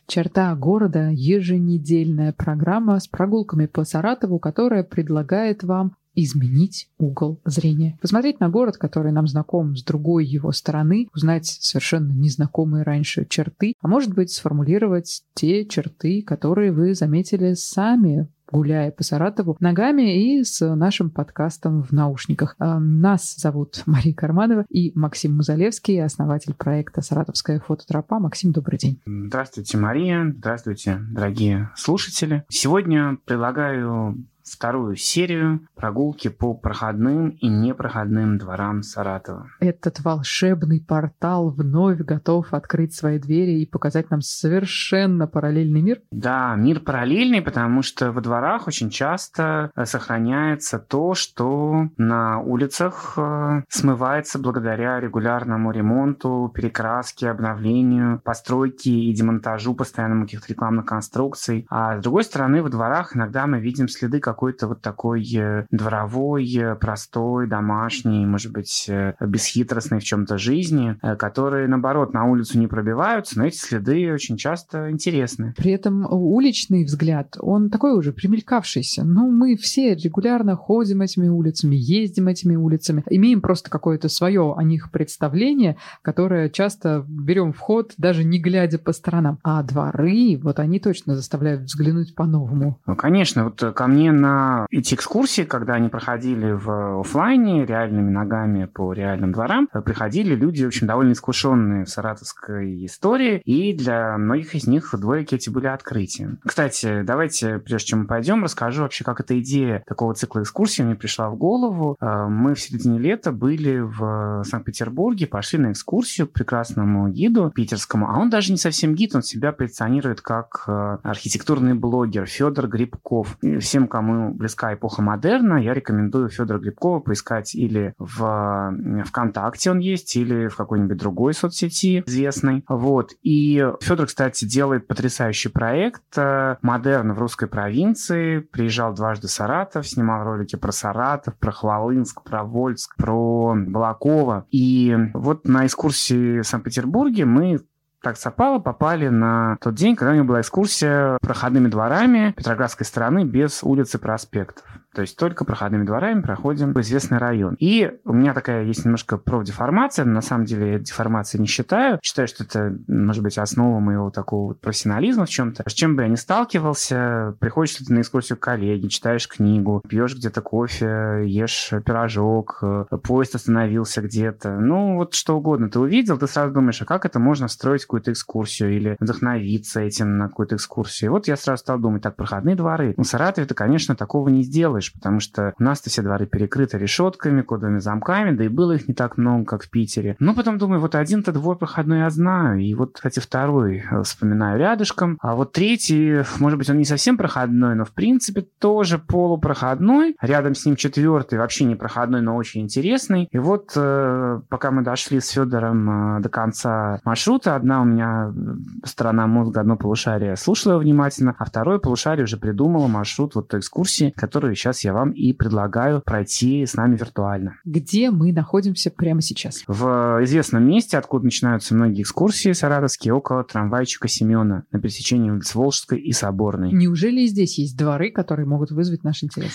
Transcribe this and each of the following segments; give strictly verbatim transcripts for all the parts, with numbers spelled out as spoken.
«Черта города» — еженедельная программа с прогулками по Саратову, которая предлагает вам изменить угол зрения. Посмотреть на город, который нам знаком с другой его стороны, узнать совершенно незнакомые раньше черты, а может быть сформулировать те черты, которые вы заметили сами, гуляя по Саратову ногами и с нашим подкастом в наушниках. Нас зовут Мария Карманова и Максим Музалевский, основатель проекта «Саратовская фототропа». Максим, добрый день. Здравствуйте, Мария. Здравствуйте, дорогие слушатели. Сегодня предлагаю вторую серию прогулки по проходным и непроходным дворам Саратова. Этот волшебный портал вновь готов открыть свои двери и показать нам совершенно параллельный мир. Да, мир параллельный, потому что во дворах очень часто сохраняется то, что на улицах смывается благодаря регулярному ремонту, перекраске, обновлению, постройке и демонтажу постоянному каких-то рекламных конструкций. А с другой стороны, во дворах иногда мы видим следы как какой-то вот такой дворовой, простой, домашний, может быть, бесхитростной в чем-то жизни, которые, наоборот, на улицу не пробиваются, но эти следы очень часто интересны. При этом уличный взгляд, он такой уже примелькавшийся. Ну, мы все регулярно ходим этими улицами, ездим этими улицами, имеем просто какое-то свое о них представление, которое часто берем в ход, даже не глядя по сторонам. А дворы, вот они точно заставляют взглянуть по-новому. Ну, конечно, вот ко мне на На эти экскурсии, когда они проходили в офлайне реальными ногами по реальным дворам, приходили люди, в общем, довольно искушенные в саратовской истории, и для многих из них дворики эти были открытием. Кстати, давайте, прежде чем мы пойдем, расскажу вообще, как эта идея такого цикла экскурсий мне пришла в голову. Мы в середине лета были в Санкт-Петербурге, пошли на экскурсию к прекрасному гиду питерскому, а он даже не совсем гид, он себя позиционирует как архитектурный блогер Федор Грибков. И всем, кому близка эпоха модерна, я рекомендую Федора Грибкова поискать или в ВКонтакте он есть, или в какой-нибудь другой соцсети известной. Вот. И Федор, кстати, делает потрясающий проект «Модерн в русской провинции». Приезжал дважды в Саратов, снимал ролики про Саратов, про Хвалынск, про Вольск, про Балаково. И вот на экскурсии в Санкт-Петербурге мы так совпало, попали на тот день, когда у него была экскурсия проходными дворами Петроградской стороны без улиц и проспектов. То есть только проходными дворами проходим в известный район. И у меня такая есть немножко профдеформация, но на самом деле я деформацией не считаю. Считаю, что это, может быть, основа моего такого профессионализма в чем-то. С чем бы я ни сталкивался, приходишь ты на экскурсию к коллеге, читаешь книгу, пьешь где-то кофе, ешь пирожок, поезд остановился где-то. Ну, вот что угодно ты увидел, ты сразу думаешь, а как это можно встроить в какую-то экскурсию или вдохновиться этим на какую-то экскурсию. И вот я сразу стал думать, так, проходные дворы. Ну, в Саратове ты, конечно, такого не сделаешь, потому что у нас-то все дворы перекрыты решетками, кодовыми замками, да и было их не так много, как в Питере. Но потом думаю, вот один-то двор проходной я знаю, и вот, кстати, второй вспоминаю рядышком, а вот третий, может быть, он не совсем проходной, но в принципе тоже полупроходной. Рядом с ним четвертый, вообще не проходной, но очень интересный. И вот э, пока мы дошли с Федором э, до конца маршрута, одна у меня сторона мозга, одно полушарие слушала его внимательно, а второе полушарие уже придумало маршрут вот той экскурсии, которую сейчас я вам и предлагаю пройти с нами виртуально. Где мы находимся прямо сейчас? В известном месте, откуда начинаются многие экскурсии саратовские, около трамвайчика Семена на пересечении улиц Волжской и Соборной. Неужели и здесь есть дворы, которые могут вызвать наш интерес?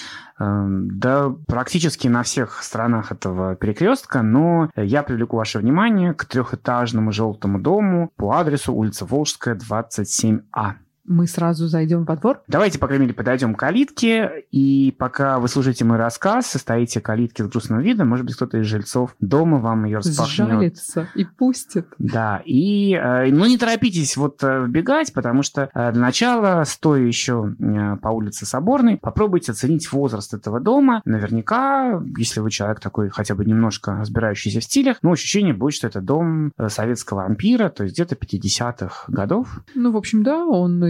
Да, практически на всех сторонах этого перекрестка, но я привлеку ваше внимание к трехэтажному желтому дому по адресу улица Волжская, двадцать семь А. Мы сразу зайдем во двор? Давайте, по крайней мере, подойдем к калитке, и пока вы слушаете мой рассказ, состоите калитки с грустным видом, может быть, кто-то из жильцов дома вам ее распахнет. Сжалится и пустит. Да, и, ну, не торопитесь вот вбегать, потому что для начала, стоя еще по улице Соборной, попробуйте оценить возраст этого дома. Наверняка, если вы человек такой хотя бы немножко разбирающийся в стилях, ну, ощущение будет, что это дом советского ампира, то есть где-то пятидесятых годов. Ну, в общем, да, он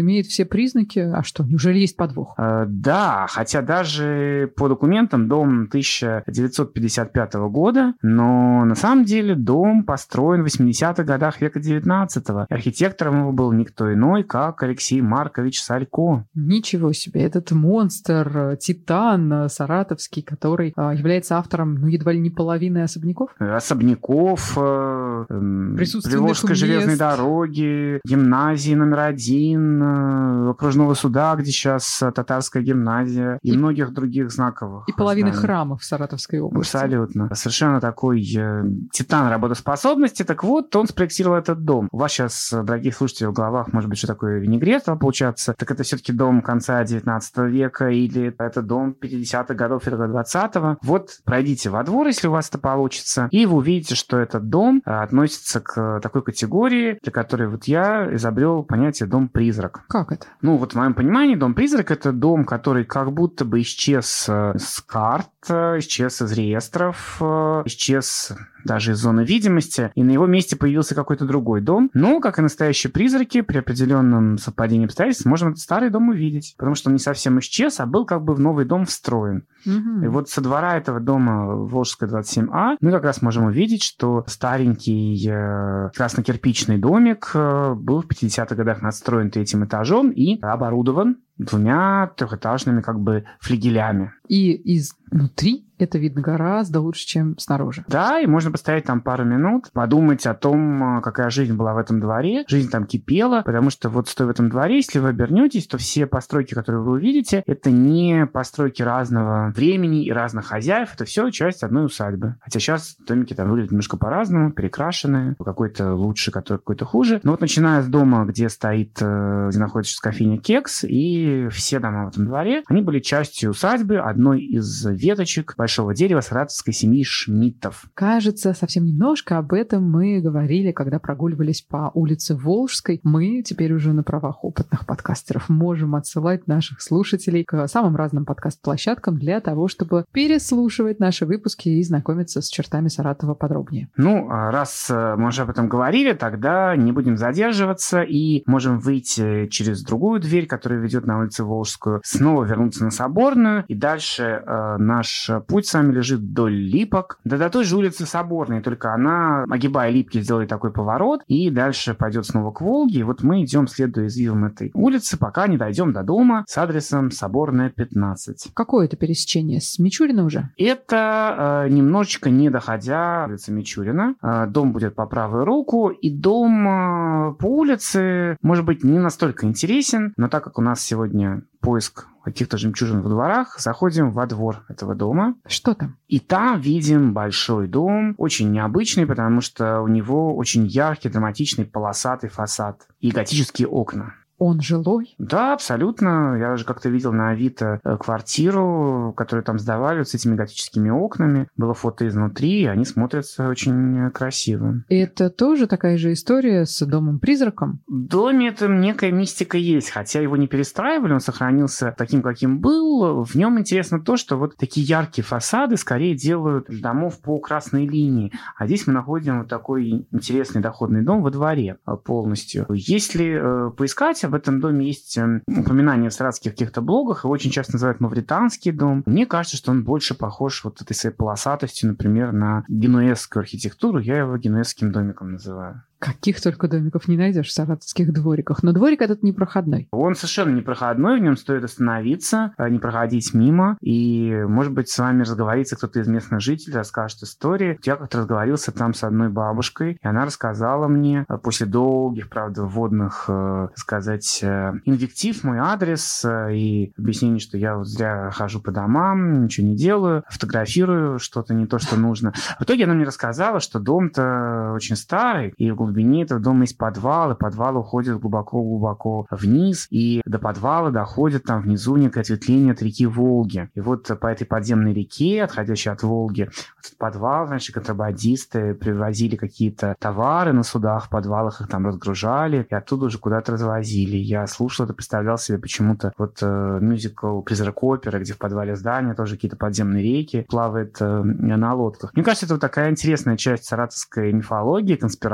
имеет все признаки. А что, неужели есть подвох? Э, да, хотя даже по документам дом тысяча девятьсот пятьдесят пятого года, но на самом деле дом построен в восьмидесятых годах века девятнадцатого. Архитектором его был никто иной, как Алексей Маркович Салько. Ничего себе, этот монстр, титан саратовский, который а, является автором, ну, едва ли не половины особняков? Особняков, э, Приволжской железной дороги, гимназии номер один, э, окружного суда, где сейчас татарская гимназия, и, и многих других знаковых. И половины зданий. Храмов в Саратовской области. Абсолютно. Совершенно такой э, титан работоспособности. Так вот, он спроектировал этот дом. У вас сейчас, дорогие слушатели, в головах может быть, что такое винегрет стал получаться. Так это все-таки дом конца девятнадцатого века или это дом пятидесятых годов или двадцатого. Вот пройдите во двор, если у вас это получится, и вы увидите, что этот дом относится к такой категории, для которой вот я изобрел понятие «дом-призрак». Как это? Ну, вот в моем понимании дом-призрак — это дом, который как будто бы исчез с карт, исчез из реестров, исчез даже из зоны видимости, и на его месте появился какой-то другой дом. Но, как и настоящие призраки, при определенном совпадении обстоятельств можем этот старый дом увидеть, потому что он не совсем исчез, а был как бы в новый дом встроен. Угу. И вот со двора этого дома Волжская двадцать семь А мы как раз можем увидеть, что старенький э, краснокирпичный домик э, был в пятидесятых годах надстроен третьим этажом и оборудован двумя трехэтажными как бы флигелями. И изнутри это видно гораздо лучше, чем снаружи. Да, и можно постоять там пару минут, подумать о том, какая жизнь была в этом дворе. Жизнь там кипела, потому что вот стоя в этом дворе, если вы обернетесь, то все постройки, которые вы увидите, это не постройки разного времени и разных хозяев, это все часть одной усадьбы. Хотя сейчас домики там выглядят немножко по-разному, перекрашенные, какой-то лучше, какой-то хуже. Но вот начиная с дома, где стоит, где находится кофейня «Кекс», и все дома в этом дворе, они были частью усадьбы, одной из веточек большого дерева саратовской семьи Шмидтов. Кажется, совсем немножко об этом мы говорили, когда прогуливались по улице Волжской. Мы теперь уже на правах опытных подкастеров можем отсылать наших слушателей к самым разным подкаст-площадкам для того, чтобы переслушивать наши выпуски и знакомиться с чертами Саратова подробнее. Ну, раз мы уже об этом говорили, тогда не будем задерживаться и можем выйти через другую дверь, которая ведет на улицу Волжскую, снова вернуться на Соборную, и дальше э, наш путь с вами лежит вдоль Липок, да до той же улицы Соборной, только она, огибая Липки, сделает такой поворот, и дальше пойдет снова к Волге, и вот мы идем, следуя извивам этой улицы, пока не дойдем до дома с адресом Соборная, пятнадцать. Какое это пересечение? С Мичурина уже? Это э, немножечко не доходя улицы Мичурина. Э, дом будет по правую руку, и дом э, по улице, может быть, не настолько интересен, но так как у нас сегодня поиск каких-то жемчужин во дворах, заходим во двор этого дома. Что там? И там видим большой дом, очень необычный, потому что у него очень яркий, драматичный, полосатый фасад и готические окна. Он жилой? Да, абсолютно. Я уже как-то видел на Авито квартиру, которую там сдавали вот с этими готическими окнами. Было фото изнутри, и они смотрятся очень красиво. И это тоже такая же история с домом-призраком? В доме это некая мистика есть, хотя его не перестраивали, он сохранился таким, каким был. В нем интересно то, что вот такие яркие фасады скорее делают домов по красной линии. А здесь мы находим вот такой интересный доходный дом во дворе полностью. Если э, поискать, в этом доме есть упоминания в саратовских каких-то блогах, его очень часто называют мавританский дом. Мне кажется, что он больше похож вот этой своей полосатостью, например, на генуэзскую архитектуру. Я его генуэзским домиком называю. Каких только домиков не найдешь в саратовских двориках. Но дворик этот непроходной. Он совершенно непроходной, в нем стоит остановиться, не проходить мимо. И, может быть, с вами разговорится кто-то из местных жителей, расскажет истории. Я как-то разговорился там с одной бабушкой, и она рассказала мне, после долгих, правда, вводных, сказать, инвектив, мой адрес и объяснение, что я вот зря хожу по домам, ничего не делаю, фотографирую что-то не то, что нужно. В итоге она мне рассказала, что дом-то очень старый, и в глубине этого дома есть подвал, и подвал уходит глубоко-глубоко вниз, и до подвала доходит там внизу некое ответвление от реки Волги. И вот по этой подземной реке, отходящей от Волги, этот подвал, значит, контрабандисты привозили какие-то товары на судах, в подвалах их там разгружали, и оттуда уже куда-то развозили. Я слушал это, представлял себе почему-то вот э, мюзикл «Призрак-опера», где в подвале здания тоже какие-то подземные реки плавает э, на лодках. Мне кажется, это вот такая интересная часть саратовской мифологии, конспирологии,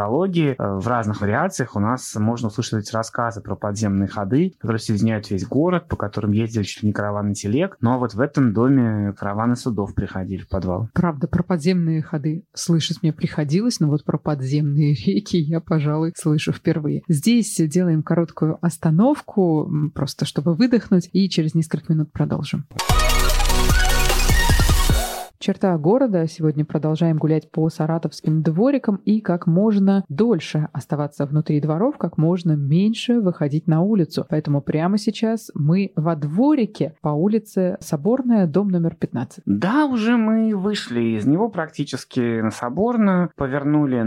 истории в разных вариациях у нас можно услышать эти рассказы про подземные ходы, которые соединяют весь город, по которым ездили чуть ли не караваны телег. Но вот в этом доме караваны судов приходили в подвал. Правда, про подземные ходы слышать мне приходилось, но вот про подземные реки я, пожалуй, слышу впервые. Здесь делаем короткую остановку, просто чтобы выдохнуть, и через несколько минут продолжим. Черта города. Сегодня продолжаем гулять по саратовским дворикам и как можно дольше оставаться внутри дворов, как можно меньше выходить на улицу. Поэтому прямо сейчас мы во дворике по улице Соборная, дом номер пятнадцать. Да, уже мы вышли из него практически на Соборную, повернули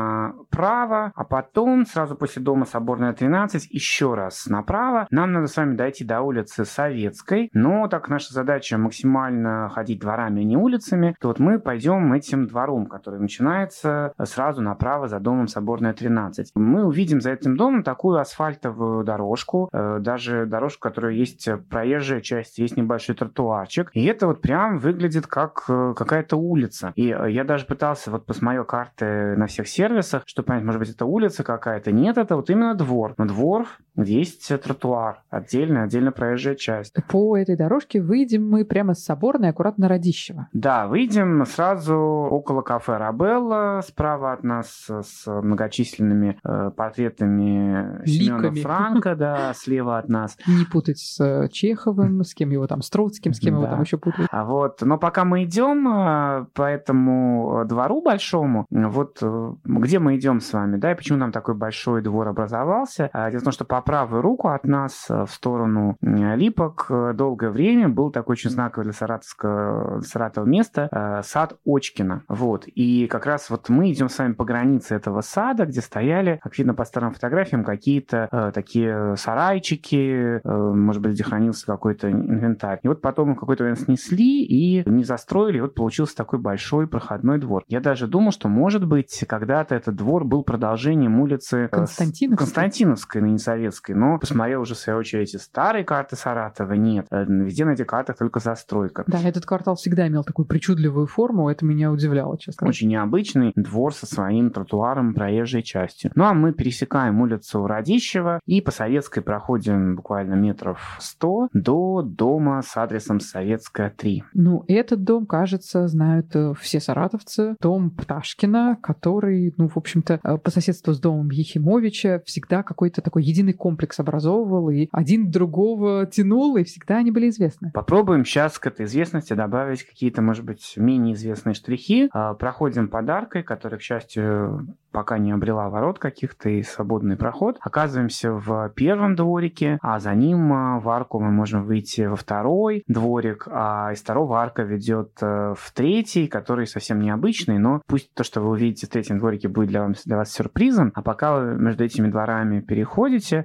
направо, а потом сразу после дома Соборная тринадцать еще раз направо. Нам надо с вами дойти до улицы Советской, но так наша задача максимально ходить дворами, а не улицами, то вот мы пойдем этим двором, который начинается сразу направо за домом Соборная тринадцать. Мы увидим за этим домом такую асфальтовую дорожку, даже дорожку, в которой есть проезжая часть, есть небольшой тротуарчик. И это вот прям выглядит как какая-то улица. И я даже пытался вот посмотрел карты на всех сервисах, чтобы понять, может быть, это улица какая-то. Нет, это вот именно двор. Но двор, где есть тротуар, отдельная, отдельно проезжая часть. По этой дорожке выйдем мы прямо с Соборной, аккуратно на Радищево. Да, выйдем сразу около кафе «Рабелла», справа от нас с многочисленными э, портретами Семена Франка, да, слева от нас. Не путать с Чеховым, с кем его там, с Троцким, с кем да. его там еще путают. А вот, но пока мы идем по этому двору большому, вот где мы идем с вами, да, и почему там такой большой двор образовался? Дело в том, что по правую руку от нас в сторону Липок долгое время был такой очень знаковый для Саратовского, Саратова место, сад Очкина. Вот. И как раз вот мы идем с вами по границе этого сада, где стояли, как видно по старым фотографиям, какие-то э, такие сарайчики, э, может быть, где хранился какой-то инвентарь. И вот потом какой-то момент снесли и не застроили, и вот получился такой большой проходной двор. Я даже думал, что, может быть, когда-то этот двор был продолжением улицы Константиновской, Константиновской, ныне советской, но посмотрел уже, в свою очередь, эти старые карты Саратова. Нет, везде на этих картах только застройка. Да, этот квартал всегда имел такую причудливую форму, это меня удивляло, честно сказать. Очень необычный двор со своим тротуаром, проезжей частью. Ну а мы пересекаем улицу Радищева и по Советской проходим буквально метров сто до дома с адресом Советская, три. Ну, этот дом, кажется, знают все саратовцы. Дом Пташкина, который, ну, в общем-то, по соседству с домом Ехимовича всегда какой-то такой единый комплекс образовывал, и один другого тянул, и всегда они были известны. Попробуем сейчас к этой известности добавить какие-то, может быть, менее известные штрихи. Проходим под аркой, которая, к счастью, пока не обрела ворот каких-то и свободный проход. Оказываемся в первом дворике, а за ним в арку мы можем выйти во второй дворик, а из второго арка ведет в третий, который совсем необычный, но пусть то, что вы увидите в третьем дворике, будет для вас, для вас сюрпризом. А пока вы между этими дворами переходите,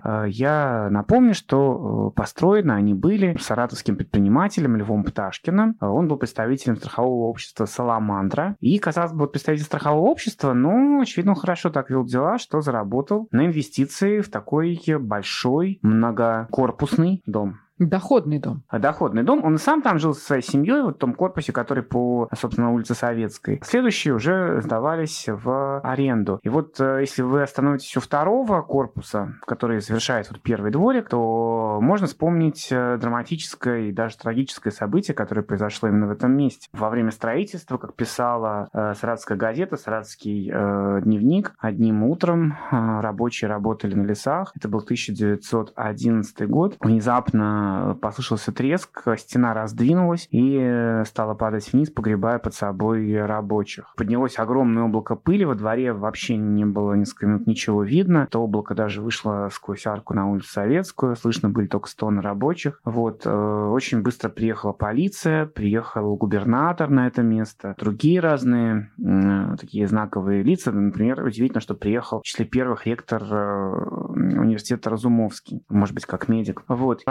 я напомню, что построены они были саратовским предпринимателем Львом Пташкиным. Он был представителем страхового общества «Саламандра». И, казалось бы, вот представитель страхового общества, но, очевидно, хорошо так вел дела, что заработал на инвестиции в такой большой многокорпусный дом. Доходный дом. Доходный дом. Он и сам там жил со своей семьей, вот в том корпусе, который по, собственно, улице Советской. Следующие уже сдавались в аренду. И вот если вы остановитесь у второго корпуса, который завершает вот первый дворик, то можно вспомнить драматическое и даже трагическое событие, которое произошло именно в этом месте. Во время строительства, как писала э, Саратовская газета, Саратовский э, дневник, одним утром э, рабочие работали на лесах. Это был тысяча девятьсот одиннадцатый год. Внезапно послышался треск, стена раздвинулась и стала падать вниз, погребая под собой рабочих. Поднялось огромное облако пыли, во дворе вообще не было несколько минут ничего видно. Это облако даже вышло сквозь арку на улицу Советскую, слышно были только стоны рабочих. Вот. Очень быстро приехала полиция, приехал губернатор на это место, другие разные такие знаковые лица. Например, удивительно, что приехал в числе первых ректор университета Разумовский, может быть, как медик. Вот. Раненых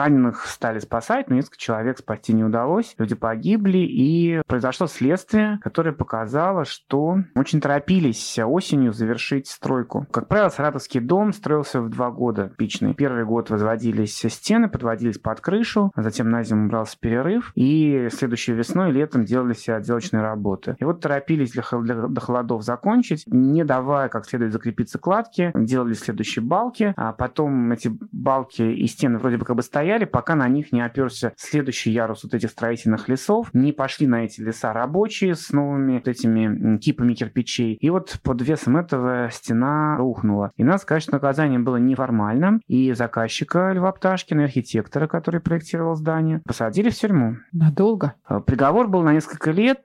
стали спасать, но несколько человек спасти не удалось. Люди погибли, и произошло следствие, которое показало, что очень торопились осенью завершить стройку. Как правило, Саратовский дом строился в два года пичный. Первый год возводились стены, подводились под крышу, а затем на зиму брался перерыв, и следующей весной и летом делали все отделочные работы. И вот торопились для, для, до холодов закончить, не давая как следует закрепиться кладки, делали следующие балки, а потом эти балки и стены вроде бы как бы стояли, пока на них не оперся следующий ярус вот этих строительных лесов, не пошли на эти леса рабочие с новыми вот этими кипами кирпичей, и вот под весом этого стена рухнула. И надо сказать, что наказание было неформальным, и заказчика Льва Пташкина, и архитектора, который проектировал здание, посадили в тюрьму. Надолго? Приговор был на несколько лет,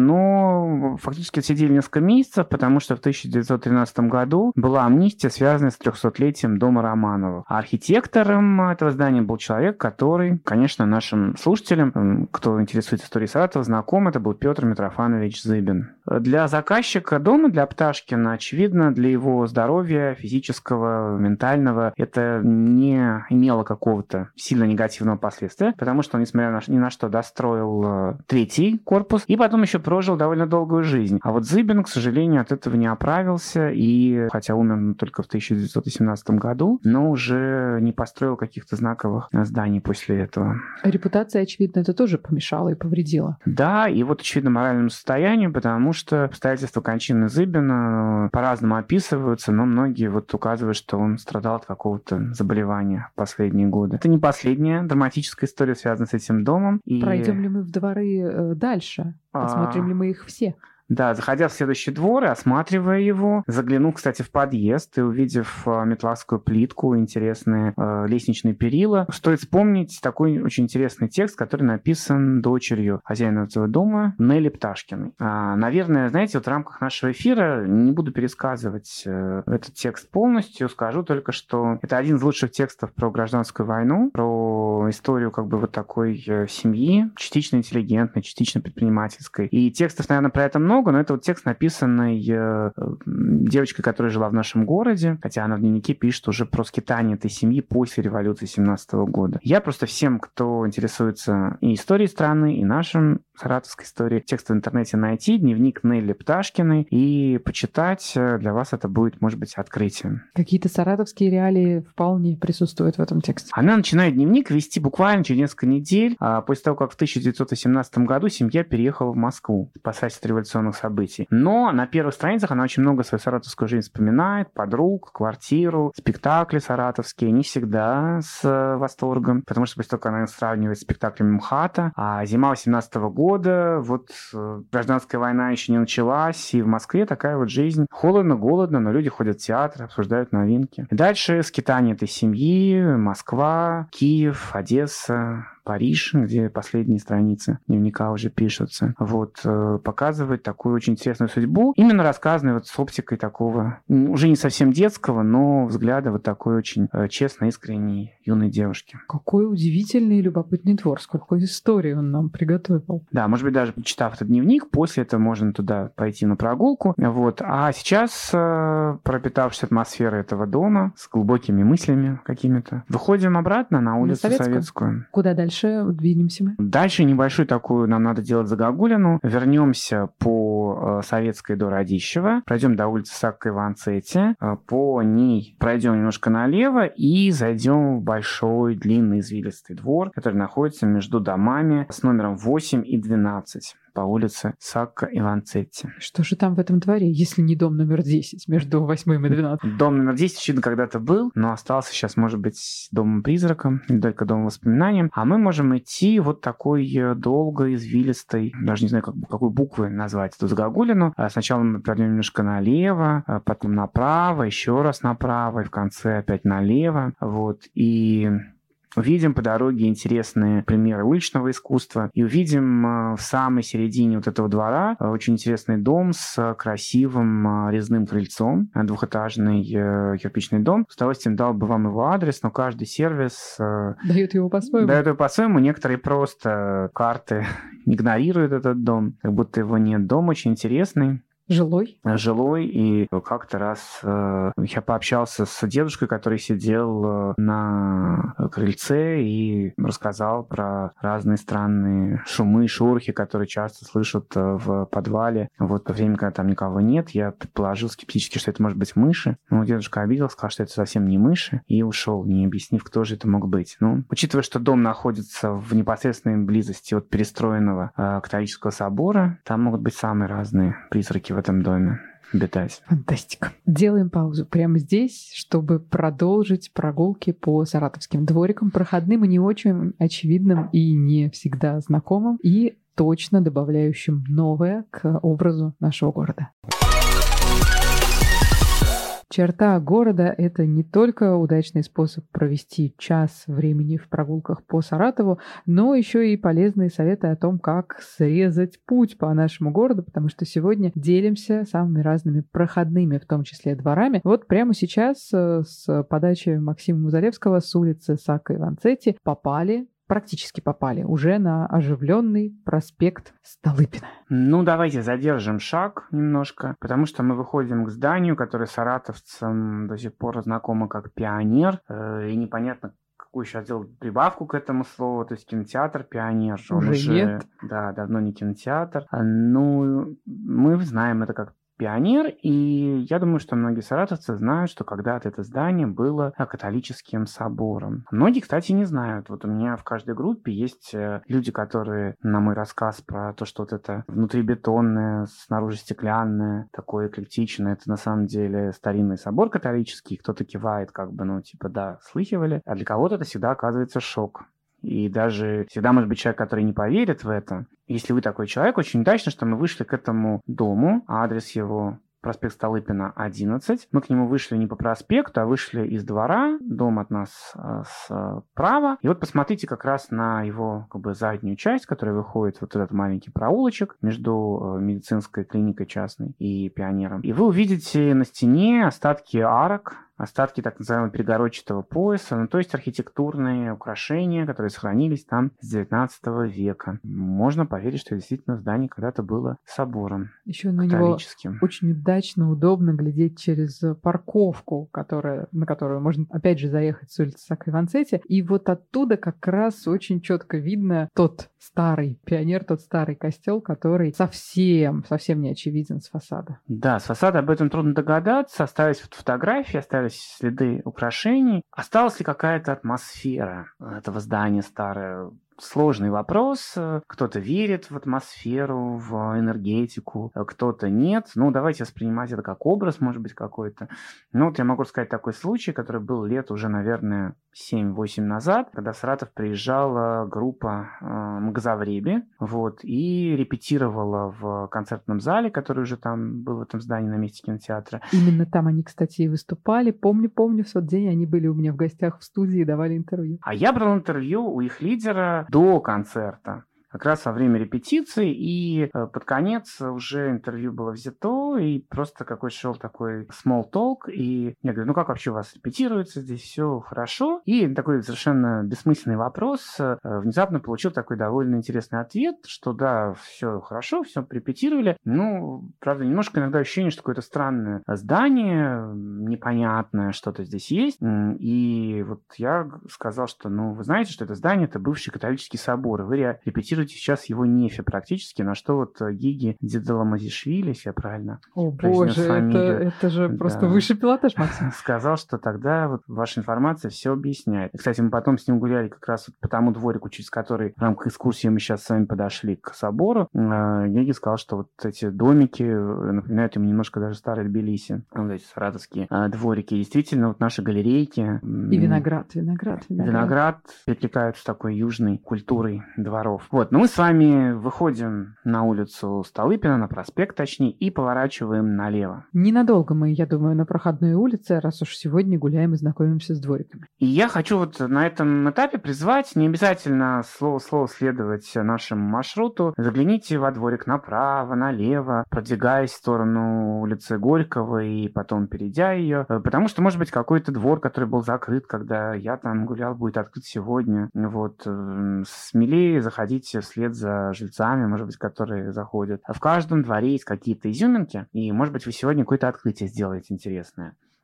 но фактически сидели несколько месяцев, потому что в тысяча девятьсот тринадцатом году была амнистия, связанная с трехсотлетием дома Романовых. А архитектором этого здания был человек, который, конечно, нашим слушателям, кто интересуется историей Саратова, знаком, это был Петр Митрофанович Зыбин. Для заказчика дома, для Пташкина, очевидно, для его здоровья физического, ментального, это не имело какого-то сильно негативного последствия, потому что он, несмотря на, ни на что, достроил третий корпус и потом еще прожил довольно долгую жизнь. А вот Зыбин, к сожалению, от этого не оправился, и хотя умер только в тысяча девятьсот восемнадцатом году, но уже не построил каких-то знаковых зданий после этого. Репутация, очевидно, это тоже помешало и повредило. Да, и вот, очевидно, моральному состоянию, потому что обстоятельства кончины Зыбина по-разному описываются, но многие вот указывают, что он страдал от какого-то заболевания в последние годы. Это не последняя драматическая история, связанная с этим домом. И... Пройдем ли мы в дворы дальше? Посмотрим а... ли мы их все? Да, заходя в следующий двор и осматривая его, заглянув, кстати, в подъезд и увидев метловскую плитку, интересные э, лестничные перила, стоит вспомнить такой очень интересный текст, который написан дочерью хозяина этого дома Нелли Пташкиной. А, наверное, знаете, вот в рамках нашего эфира не буду пересказывать э, этот текст полностью, скажу только, что это один из лучших текстов про гражданскую войну, про историю как бы вот такой э, семьи, частично интеллигентной, частично предпринимательской. И текстов, наверное, про это много, но это вот текст, написанный э, девочкой, которая жила в нашем городе, хотя она в дневнике пишет уже про скитание этой семьи после революции семнадцатого года. Я просто всем, кто интересуется и историей страны, и нашим саратовской историей, текст в интернете найти, дневник Нелли Пташкиной, и почитать. Для вас это будет, может быть, открытием. Какие-то саратовские реалии вполне присутствуют в этом тексте. Она начинает дневник вести буквально через несколько недель, после того, как в тысяча девятьсот восемнадцатом году семья переехала в Москву спасать от революционных событий. Но на первых страницах она очень много свою саратовскую жизнь вспоминает, подруг, квартиру, спектакли саратовские, не всегда с восторгом, потому что после того, как она сравнивает с спектаклями МХАТа, а зима восемнадцатого года, вот гражданская война еще не началась, и в Москве такая вот жизнь. Холодно, голодно, но люди ходят в театр, обсуждают новинки. И дальше скитание этой семьи, Москва, Киев, Одесса, Париж, где последние страницы дневника уже пишутся. Вот, показывает такую очень интересную судьбу, именно рассказанную вот с оптикой такого, уже не совсем детского, но взгляда вот такой очень честной, искренней юной девушки. Какой удивительный и любопытный двор, сколько историй он нам приготовил. Да, может быть, даже читав этот дневник, после этого можно туда пойти на прогулку. Вот. А сейчас, пропитавшись атмосферой этого дома, с глубокими мыслями какими-то, выходим обратно на улицу на Советскую. Советскую. Куда дальше двинемся мы? Дальше небольшую такую нам надо делать загогулину. Вернемся по Советской до Радищева, пройдем до улицы Сакко-Иванцетти, по ней пройдем немножко налево и зайдем в большой, длинный, извилистый двор, который находится между домами с номером восемь и двенадцать. По улице Сакко-Иванцетти. Что же там в этом дворе, если не дом номер десять между восьмым и двенадцатым? Дом номер десять, очевидно, когда-то был, но остался сейчас, может быть, домом-призраком, или только домом-воспоминанием. А мы можем идти вот такой долгой, извилистой, даже не знаю, как, какой буквы назвать эту загогулину. Сначала мы пройдем немножко налево, потом направо, еще раз направо, и в конце опять налево. Вот, и... увидим по дороге интересные примеры уличного искусства и увидим в самой середине вот этого двора очень интересный дом с красивым резным крыльцом, двухэтажный кирпичный дом. С удовольствием дал бы вам его адрес, но каждый сервис дает его по-своему. Дает его по-своему. Некоторые просто карты игнорируют этот дом, как будто его нет. Дом очень интересный. Жилой? Жилой, и как-то раз э, я пообщался с дедушкой, который сидел э, на крыльце и рассказал про разные странные шумы, шорохи, которые часто слышат в подвале. Вот во время, когда там никого нет, я предположил скептически, что это может быть мыши. Но дедушка обиделся, сказал, что это совсем не мыши, и ушел, не объяснив, кто же это мог быть. Ну, учитывая, что дом находится в непосредственной близости от перестроенного э, католического собора, там могут быть самые разные призраки в этом доме обитать. Фантастика. Делаем паузу прямо здесь, чтобы продолжить прогулки по саратовским дворикам, проходным и не очень очевидным и не всегда знакомым, и точно добавляющим новое к образу нашего города. Черта города — это не только удачный способ провести час времени в прогулках по Саратову, но еще и полезные советы о том, как срезать путь по нашему городу, потому что сегодня делимся самыми разными проходными, в том числе дворами. Вот прямо сейчас с подачи Максима Музалевского с улицы Саакя Ванцетти попали практически попали уже на оживленный проспект Столыпина. Ну, давайте задержим шаг немножко, потому что мы выходим к зданию, которое саратовцам до сих пор знакомо как «Пионер», э, и непонятно, какую еще сделал прибавку к этому слову, то есть кинотеатр «Пионер». Он уже, уже нет. Да, давно не кинотеатр. Ну, мы знаем это как «Пионер», и я думаю, что многие саратовцы знают, что когда-то это здание было католическим собором. Многие, кстати, не знают. Вот у меня в каждой группе есть люди, которые на мой рассказ про то, что вот это внутрибетонное, снаружи стеклянное, такое эклектичное, это на самом деле старинный собор католический, кто-то кивает, как бы, ну, типа, да, слыхивали, а для кого-то это всегда оказывается шок. И даже всегда может быть человек, который не поверит в это. Если вы такой человек, очень удачно, что мы вышли к этому дому, а адрес его проспект Столыпина, одиннадцать. Мы к нему вышли не по проспекту, а вышли из двора. Дом от нас э, справа. И вот посмотрите как раз на его как бы заднюю часть, которая выходит вот этот маленький проулочек между э, медицинской клиникой частной и Пионером. И вы увидите на стене остатки арок, остатки так называемого перегородчатого пояса, ну, то есть архитектурные украшения, которые сохранились там с девятнадцатого века. Можно поверить, что действительно здание когда-то было собором. Еще на него очень удачно, удобно глядеть через парковку, которая, на которую можно опять же заехать с улицы Саакя Ванцетти. И вот оттуда как раз очень четко видно тот старый Пионер, тот старый костел, который совсем, совсем не очевиден с фасада. Да, с фасада об этом трудно догадаться. Остались вот фотографии, остались следы украшений. Осталась ли какая-то атмосфера этого здания старое? Сложный вопрос. Кто-то верит в атмосферу, в энергетику, кто-то нет. Ну, давайте воспринимать это как образ, может быть, какой-то. Ну, вот я могу сказать такой случай, который был лет уже, наверное, семь-восемь назад, когда в Саратов приезжала группа э, Магзавреби, вот, и репетировала в концертном зале, который уже там был в этом здании на месте кинотеатра. Именно там они, кстати, и выступали. Помню, помню, в тот день они были у меня в гостях в студии и давали интервью. А я брал интервью у их лидера до концерта, как раз во время репетиции, и под конец уже интервью было взято, и просто какой шел такой small talk, и я говорю, ну как вообще у вас репетируется, здесь все хорошо? И такой совершенно бессмысленный вопрос внезапно получил такой довольно интересный ответ, что да, все хорошо, все репетировали, ну, правда, немножко иногда ощущение, что какое-то странное здание, непонятное что-то здесь есть, и вот я сказал, что, ну, вы знаете, что это здание, это бывший католический собор, и вы репетируете сейчас его нефе практически, на что вот Гиги Дзедаламазишвили, если я правильно О боже, это, это же просто да, высший пилотаж, Максим. Сказал, что тогда вот ваша информация все объясняет. И, кстати, мы потом с ним гуляли как раз вот по тому дворику, через который в рамках экскурсии мы сейчас с вами подошли к собору. Гиги сказал, что вот эти домики напоминают ему немножко даже старые Тбилиси, вот эти саратовские дворики. И действительно, вот наши галерейки. И виноград, виноград, виноград. Виноград перекликаются с такой южной культурой дворов. Вот, но мы с вами выходим на улицу Столыпина, на проспект точнее, и поворачиваем налево. Ненадолго мы, я думаю, на проходной улице, раз уж сегодня гуляем и знакомимся с двориками. И я хочу вот на этом этапе призвать, не обязательно слово-слово следовать нашему маршруту. Загляните во дворик направо, налево, продвигаясь в сторону улицы Горького и потом перейдя ее, потому что, может быть, какой-то двор, который был закрыт, когда я там гулял, будет открыт сегодня. Вот, смелее заходите вслед за жильцами, может быть, которые заходят. В каждом дворе есть какие-то изюминки, и, может быть, вы сегодня какое-то открытие сделаете интересное.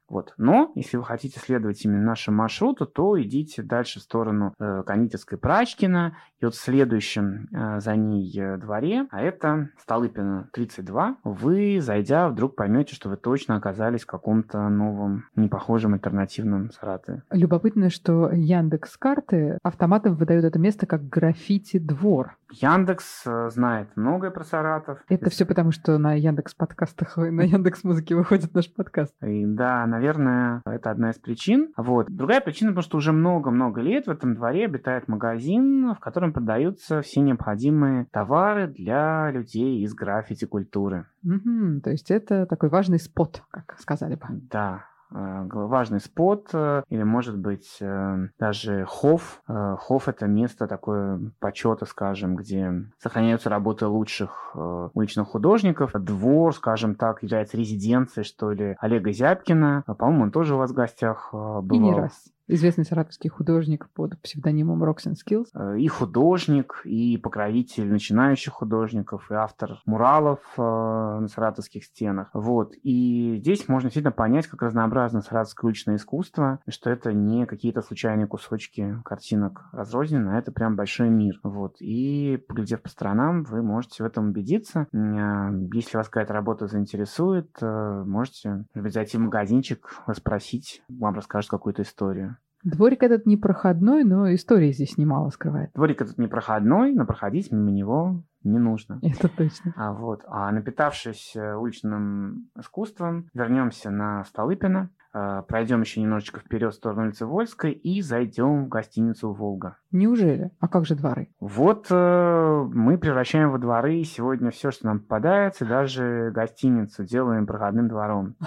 Вот. Но если вы хотите следовать именно нашему маршруту, то идите дальше в сторону э, Кондитерской Прачкина, и вот в следующем э, за ней э, дворе, а это Столыпина тридцать два, вы, зайдя, вдруг поймете, что вы точно оказались в каком-то новом, непохожем альтернативном Саратове. Любопытно, что Яндекс.Карты автоматом выдают это место как граффити-двор. Яндекс э, знает многое про Саратов. Это все потому, что на Яндекс.Подкастах и на Яндекс.Музыке выходит наш подкаст. И да, наверное, это одна из причин. Вот. Другая причина, потому что уже много-много лет в этом дворе обитает магазин, в котором продаются все необходимые товары для людей из граффити-культуры. Угу, то есть это такой важный спот, как сказали бы. Да. Важный спот, или, может быть, даже хоф. Хоф — это место такое почета, скажем, где сохраняются работы лучших уличных художников. Двор, скажем так, является резиденцией, что ли, Олега Зябкина. По-моему, он тоже у вас в гостях бывал. И не раз. Известный саратовский художник под псевдонимом Rocks and Skills. И художник, и покровитель начинающих художников, и автор муралов э, на саратовских стенах. Вот. И здесь можно действительно понять, как разнообразно саратовское уличное искусство, что это не какие-то случайные кусочки картинок разрозненно, а это прям большой мир. Вот. И, поглядев по сторонам, вы можете в этом убедиться. Если вас какая-то работа заинтересует, можете, может быть, зайти в магазинчик, спросить, вам расскажут какую-то историю. Дворик этот непроходной, но истории здесь немало скрывает. Дворик этот непроходной, но проходить мимо него не нужно. Это точно. А, вот. а напитавшись уличным искусством, вернемся на Столыпино, пройдем еще немножечко вперед в сторону улицы Вольской и зайдем в гостиницу «Волга». Неужели? А как же дворы? Вот э, мы превращаем во дворы сегодня все, что нам попадается, даже гостиницу делаем проходным двором.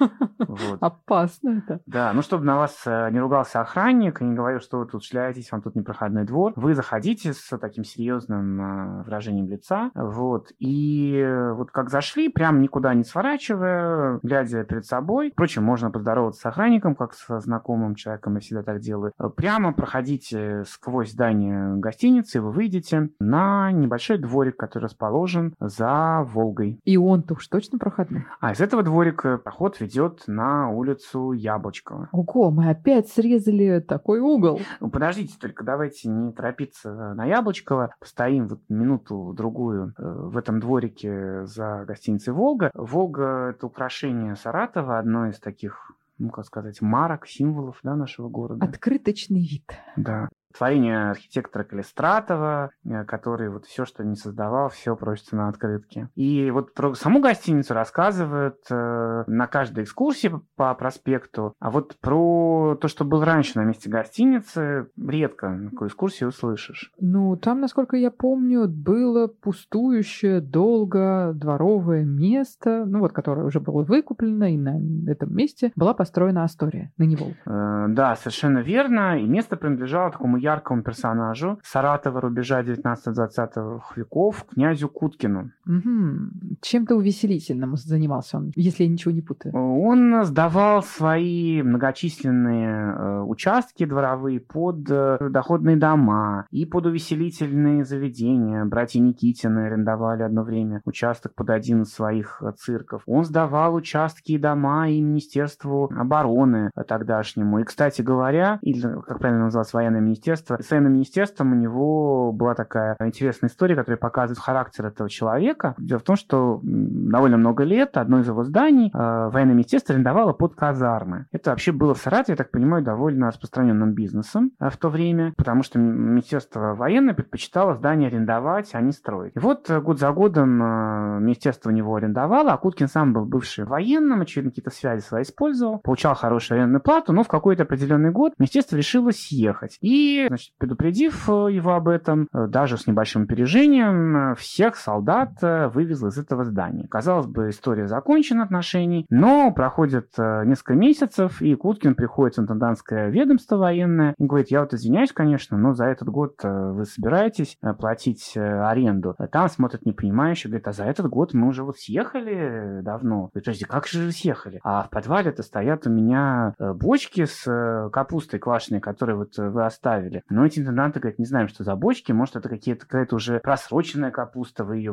Вот. Опасно это. Да, ну чтобы на вас не ругался охранник и не говорил, что вы тут шляетесь, вам тут непроходной двор, вы заходите с таким серьезным выражением лица, вот, и вот как зашли, прям никуда не сворачивая, глядя перед собой, впрочем, можно поздороваться с охранником, как со знакомым человеком, я всегда так делаю, прямо проходите сквозь здание гостиницы, и вы выйдете на небольшой дворик, который расположен за Волгой. И он-то уж точно проходной? А из этого дворика проход ведет на улицу Яблочкова. Ого, мы опять срезали такой угол. Ну, подождите, только давайте не торопиться на Яблочково. Постоим вот минуту-другую в этом дворике за гостиницей «Волга». «Волга» — это украшение Саратова, одно из таких, ну, как сказать, марок, символов, да, нашего города. Открыточный вид. Да. Творение архитектора Калистратова, который вот все, что не создавал, все просится на открытке. И вот про саму гостиницу рассказывают э, на каждой экскурсии по проспекту, а вот про то, что был раньше на месте гостиницы, редко на такой экскурсии услышишь. Ну, там, насколько я помню, было пустующее, долго дворовое место, ну вот, которое уже было выкуплено, и на этом месте была построена Астория, на него. Э, да, совершенно верно, и место принадлежало такому яркому персонажу Саратова рубежа девятнадцатого-двадцатого веков, князю Куткину. Угу. Чем-то увеселительным занимался он, если я ничего не путаю. Он сдавал свои многочисленные э, участки дворовые под э, доходные дома и под увеселительные заведения. Братья Никитины арендовали одно время участок под один из своих э, цирков. Он сдавал участки и дома и Министерству обороны тогдашнему. И, кстати говоря, или, как правильно называлось, военное министерство, с военным министерством у него была такая интересная история, которая показывает характер этого человека. Дело в том, что довольно много лет одно из его зданий э, военное министерство арендовало под казармы. Это вообще было в Саратове, я так понимаю, довольно распространенным бизнесом э, в то время, потому что министерство военное предпочитало здание арендовать, а не строить. И вот э, год за годом э, министерство у него арендовало, а Куткин сам был бывший военным, очевидно, какие-то связи свои использовал, получал хорошую арендную плату, но в какой-то определенный год министерство решило съехать. И, значит, предупредив его об этом, даже с небольшим опережением, всех солдат вывезло из этого здания. Казалось бы, история закончена отношений, но проходит несколько месяцев, и Куткин приходит в интендантское ведомство военное и говорит: я вот извиняюсь, конечно, но за этот год вы собираетесь платить аренду. Там смотрят непонимающе, говорит: а за этот год мы уже вот съехали давно. Говорит: подожди, как же вы съехали? А в подвале-то стоят у меня бочки с капустой квашеной, которые вот вы оставили. Но эти интенданты говорят: не знаем, что за бочки, может, это какие-то, какая-то уже просроченная капуста, вы ее выбросите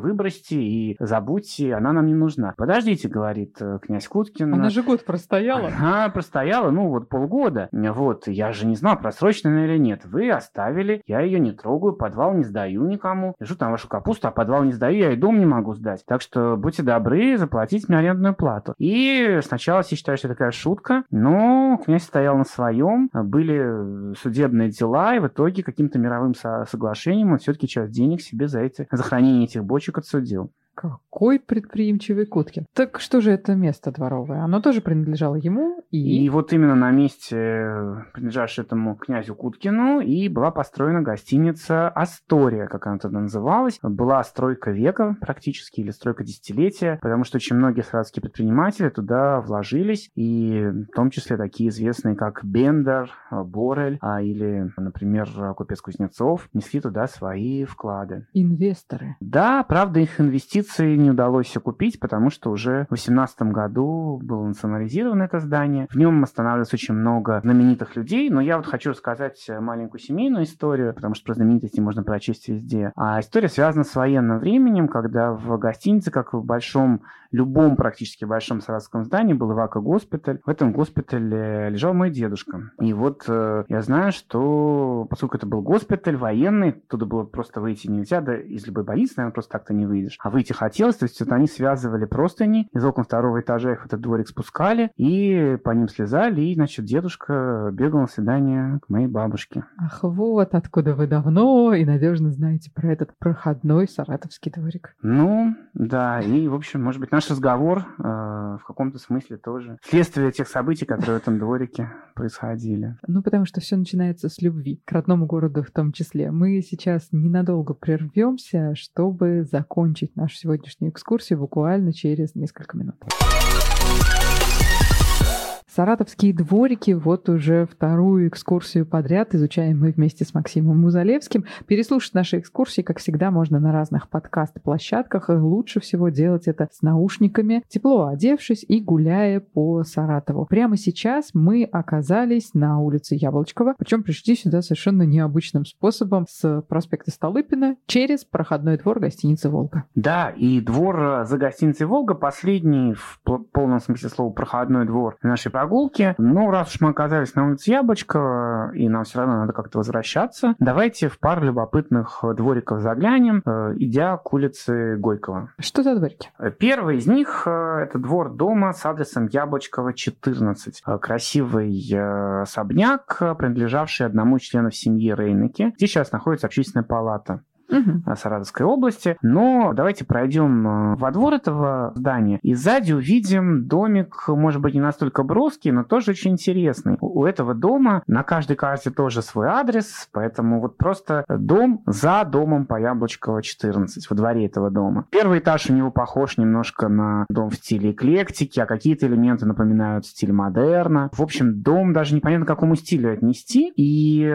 бросьте и забудьте, она нам не нужна. Подождите, говорит князь Куткин. Она же год простояла. Она простояла, ну вот полгода. Вот, я же не знал, просроченная она или нет. Вы оставили, я ее не трогаю, подвал не сдаю никому. Лежу там вашу капусту, а подвал не сдаю, я и дом не могу сдать. Так что будьте добры, заплатить мне арендную плату. И сначала все считали, что это такая шутка, но князь стоял на своем, были судебные дела, и в итоге каким-то мировым со- соглашением он все-таки часть денег себе за, эти, за хранение этих бочек отсудил. Какой предприимчивый Куткин. Так что же это место дворовое? Оно тоже принадлежало ему? И, и вот именно на месте, принадлежащем этому князю Куткину, и была построена гостиница «Астория», как она тогда называлась. Была стройка века практически, или стройка десятилетия, потому что очень многие саратовские предприниматели туда вложились, и в том числе такие известные, как Бендер, Борель, а, или, например, купец Кузнецов, несли туда свои вклады. Инвесторы. Да, правда, их инвестиции не удалось купить, потому что уже в две тысячи восемнадцатом году было национализировано это здание. В нем останавливалось очень много знаменитых людей, но я вот хочу рассказать маленькую семейную историю, потому что про знаменитости можно прочесть везде. А история связана с военным временем, когда в гостинице, как в большом, любом практически большом саратовском здании, был Ивако-госпиталь. В этом госпитале лежал мой дедушка. И вот э, я знаю, что поскольку это был госпиталь военный, туда было просто выйти нельзя, да из любой больницы, наверное, просто так-то не выйдешь. А выйти хотелось, то есть вот они связывали простыни, из окон второго этажа их в этот дворик спускали, и по ним слезали, и, значит, дедушка бегал на свидание к моей бабушке. Ах, вот откуда вы давно и надежно знаете про этот проходной саратовский дворик. Ну, да, и, в общем, может быть, наш разговор э, в каком-то смысле тоже следствие тех событий, которые в этом дворике происходили. Ну, потому что все начинается с любви, к родному городу в том числе. Мы сейчас ненадолго прервемся, чтобы закончить нашу сегодняшнюю экскурсию буквально через несколько минут. Саратовские дворики, вот уже вторую экскурсию подряд изучаем мы вместе с Максимом Музалевским. Переслушать наши экскурсии, как всегда, можно на разных подкаст-площадках. Лучше всего делать это с наушниками, тепло одевшись и гуляя по Саратову. Прямо сейчас мы оказались на улице Яблочкова, причем пришли сюда совершенно необычным способом с проспекта Столыпина через проходной двор гостиницы «Волга». Да, и двор за гостиницей «Волга» последний в полном смысле слова проходной двор нашей программы. Прогулки. Но раз уж мы оказались на улице Яблочкова, и нам все равно надо как-то возвращаться, давайте в пару любопытных двориков заглянем, идя к улице Горького. Что за дворики? Первый из них – это двор дома с адресом Яблочкова, четырнадцать. Красивый особняк, принадлежавший одному из членов семьи Рейнеке. Здесь сейчас находится общественная палата Uh-huh. Саратовской области. Но давайте пройдем во двор этого здания и сзади увидим домик, может быть, не настолько броский, но тоже очень интересный. У этого дома на каждой карте тоже свой адрес, поэтому вот просто дом за домом по Яблочкова, четырнадцать, во дворе этого дома. Первый этаж у него похож немножко на дом в стиле эклектики, а какие-то элементы напоминают стиль модерна. В общем, дом даже непонятно, к какому стилю отнести, и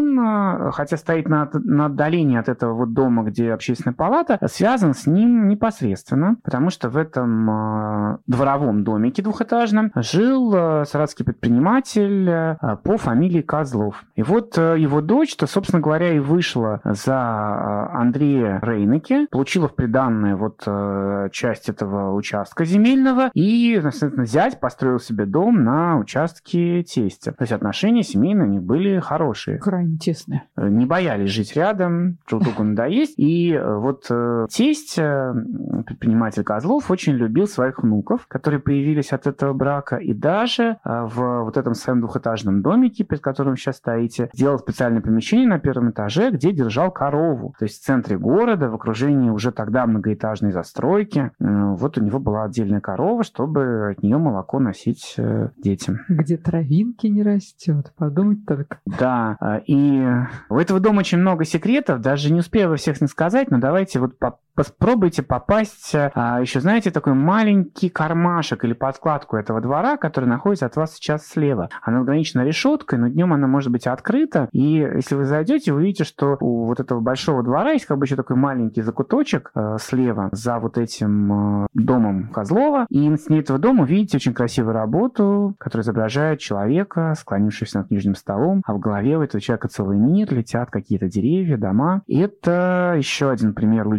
он, хотя стоит на, на отдалении от этого вот дома, где общественная палата, связан с ним непосредственно, потому что в этом э, дворовом домике двухэтажном жил э, саратовский предприниматель э, по фамилии Козлов. И вот э, его дочь-то, собственно говоря, и вышла за э, Андрея Рейнеке, получила в приданное вот э, часть этого участка земельного, и, соответственно, зять построил себе дом на участке тестя. То есть отношения семейные у них были хорошие. Крайне тесные. Не боялись жить рядом, друг другу надоесть. И вот э, тесть, э, предприниматель Козлов, очень любил своих внуков, которые появились от этого брака. И даже э, в вот этом своем двухэтажном домике, перед которым сейчас стоите, сделал специальное помещение на первом этаже, где держал корову. То есть в центре города, в окружении уже тогда многоэтажной застройки, э, вот у него была отдельная корова, чтобы от нее молоко носить э, детям. Где травинки не растет, подумать только. Да, э, и у этого дома очень много секретов, даже не успею всех не сказать, но давайте вот попробуйте попасть, а, еще знаете, такой маленький кармашек или подкладку этого двора, который находится от вас сейчас слева. Она ограничена решеткой, но днем она может быть открыта, и если вы зайдете, вы увидите, что у вот этого большого двора есть как бы еще такой маленький закуточек э, слева за вот этим э, домом Козлова, и на стене этого дома увидите очень красивую работу, которая изображает человека, склонившегося над нижним столом, а в голове у этого человека целый мир, летят какие-то деревья, дома. И это еще один пример уличного искусства,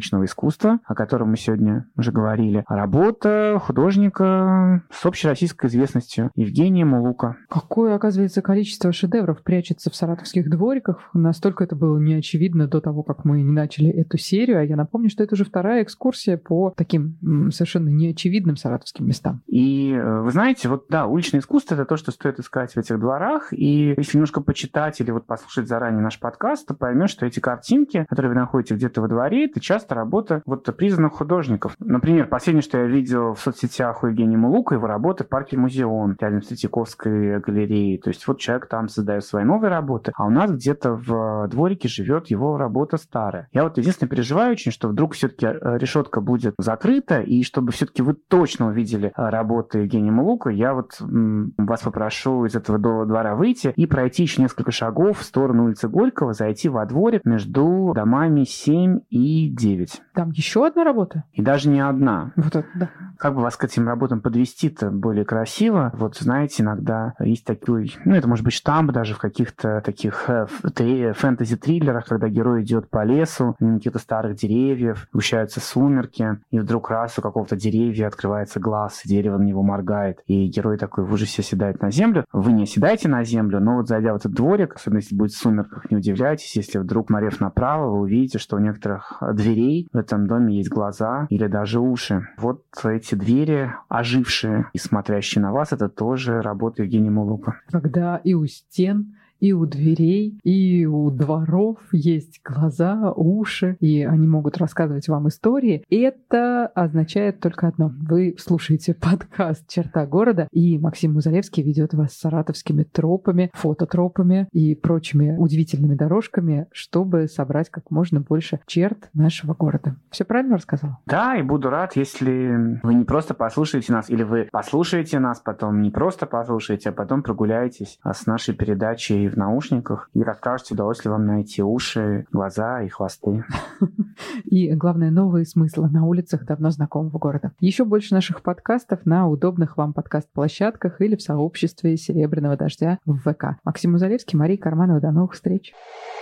искусства, о котором мы сегодня уже говорили. Работа художника с общероссийской известностью Евгения Мулука. Какое, оказывается, количество шедевров прячется в саратовских двориках. Настолько это было неочевидно до того, как мы не начали эту серию. А я напомню, что это уже вторая экскурсия по таким м, совершенно неочевидным саратовским местам. И вы знаете, вот да, уличное искусство — это то, что стоит искать в этих дворах. И если немножко почитать или вот послушать заранее наш подкаст, то поймешь, что эти картинки, которые вы находите где-то во дворе, это часто работа вот признанных художников. Например, последнее, что я видел в соцсетях у Евгения Мулука, его работа в парке Музеон, рядом с Третьяковской галереей. То есть вот человек там создает свои новые работы, а у нас где-то в дворике живет его работа старая. Я вот единственное переживаю очень, что вдруг все-таки решетка будет закрыта, и чтобы все-таки вы точно увидели работы Евгения Мулука, я вот м, вас попрошу из этого двора выйти и пройти еще несколько шагов в сторону улицы Горького, зайти во дворик между домами семь и девять. Там еще одна работа? И даже не одна. Вот это, да. Как бы вас к этим работам подвести-то более красиво? Вот, знаете, иногда есть такой, ну, это может быть штамп даже в каких-то таких фэнтези-триллерах, когда герой идет по лесу, мимо каких-то старых деревьев, сгущаются сумерки, и вдруг раз у какого-то деревья открывается глаз, и дерево на него моргает, и герой такой в ужасе оседает на землю. Вы не оседаете на землю, но вот зайдя в этот дворик, особенно если будет в сумерках, не удивляйтесь, если вдруг, смотрев направо, вы увидите, что у некоторых дверей в этом доме есть глаза или даже уши. Вот эти двери, ожившие и смотрящие на вас, это тоже работа Евгения Мулука. Когда и у стен, и у дверей, и у дворов есть глаза, уши, и они могут рассказывать вам истории. Это означает только одно. Вы слушаете подкаст «Черта города», и Максим Музалевский ведет вас саратовскими тропами, фототропами и прочими удивительными дорожками, чтобы собрать как можно больше черт нашего города. Все правильно рассказала? Да, и буду рад, если вы не просто послушаете нас, или вы послушаете нас, потом не просто послушаете, а потом прогуляетесь с нашей передачей в наушниках и расскажете, удалось ли вам найти уши, глаза и хвосты. И, главное, новые смыслы на улицах давно знакомого города. Еще больше наших подкастов на удобных вам подкаст-площадках или в сообществе Серебряного дождя в ВК. Максим Музалевский, Мария Карманова. До новых встреч!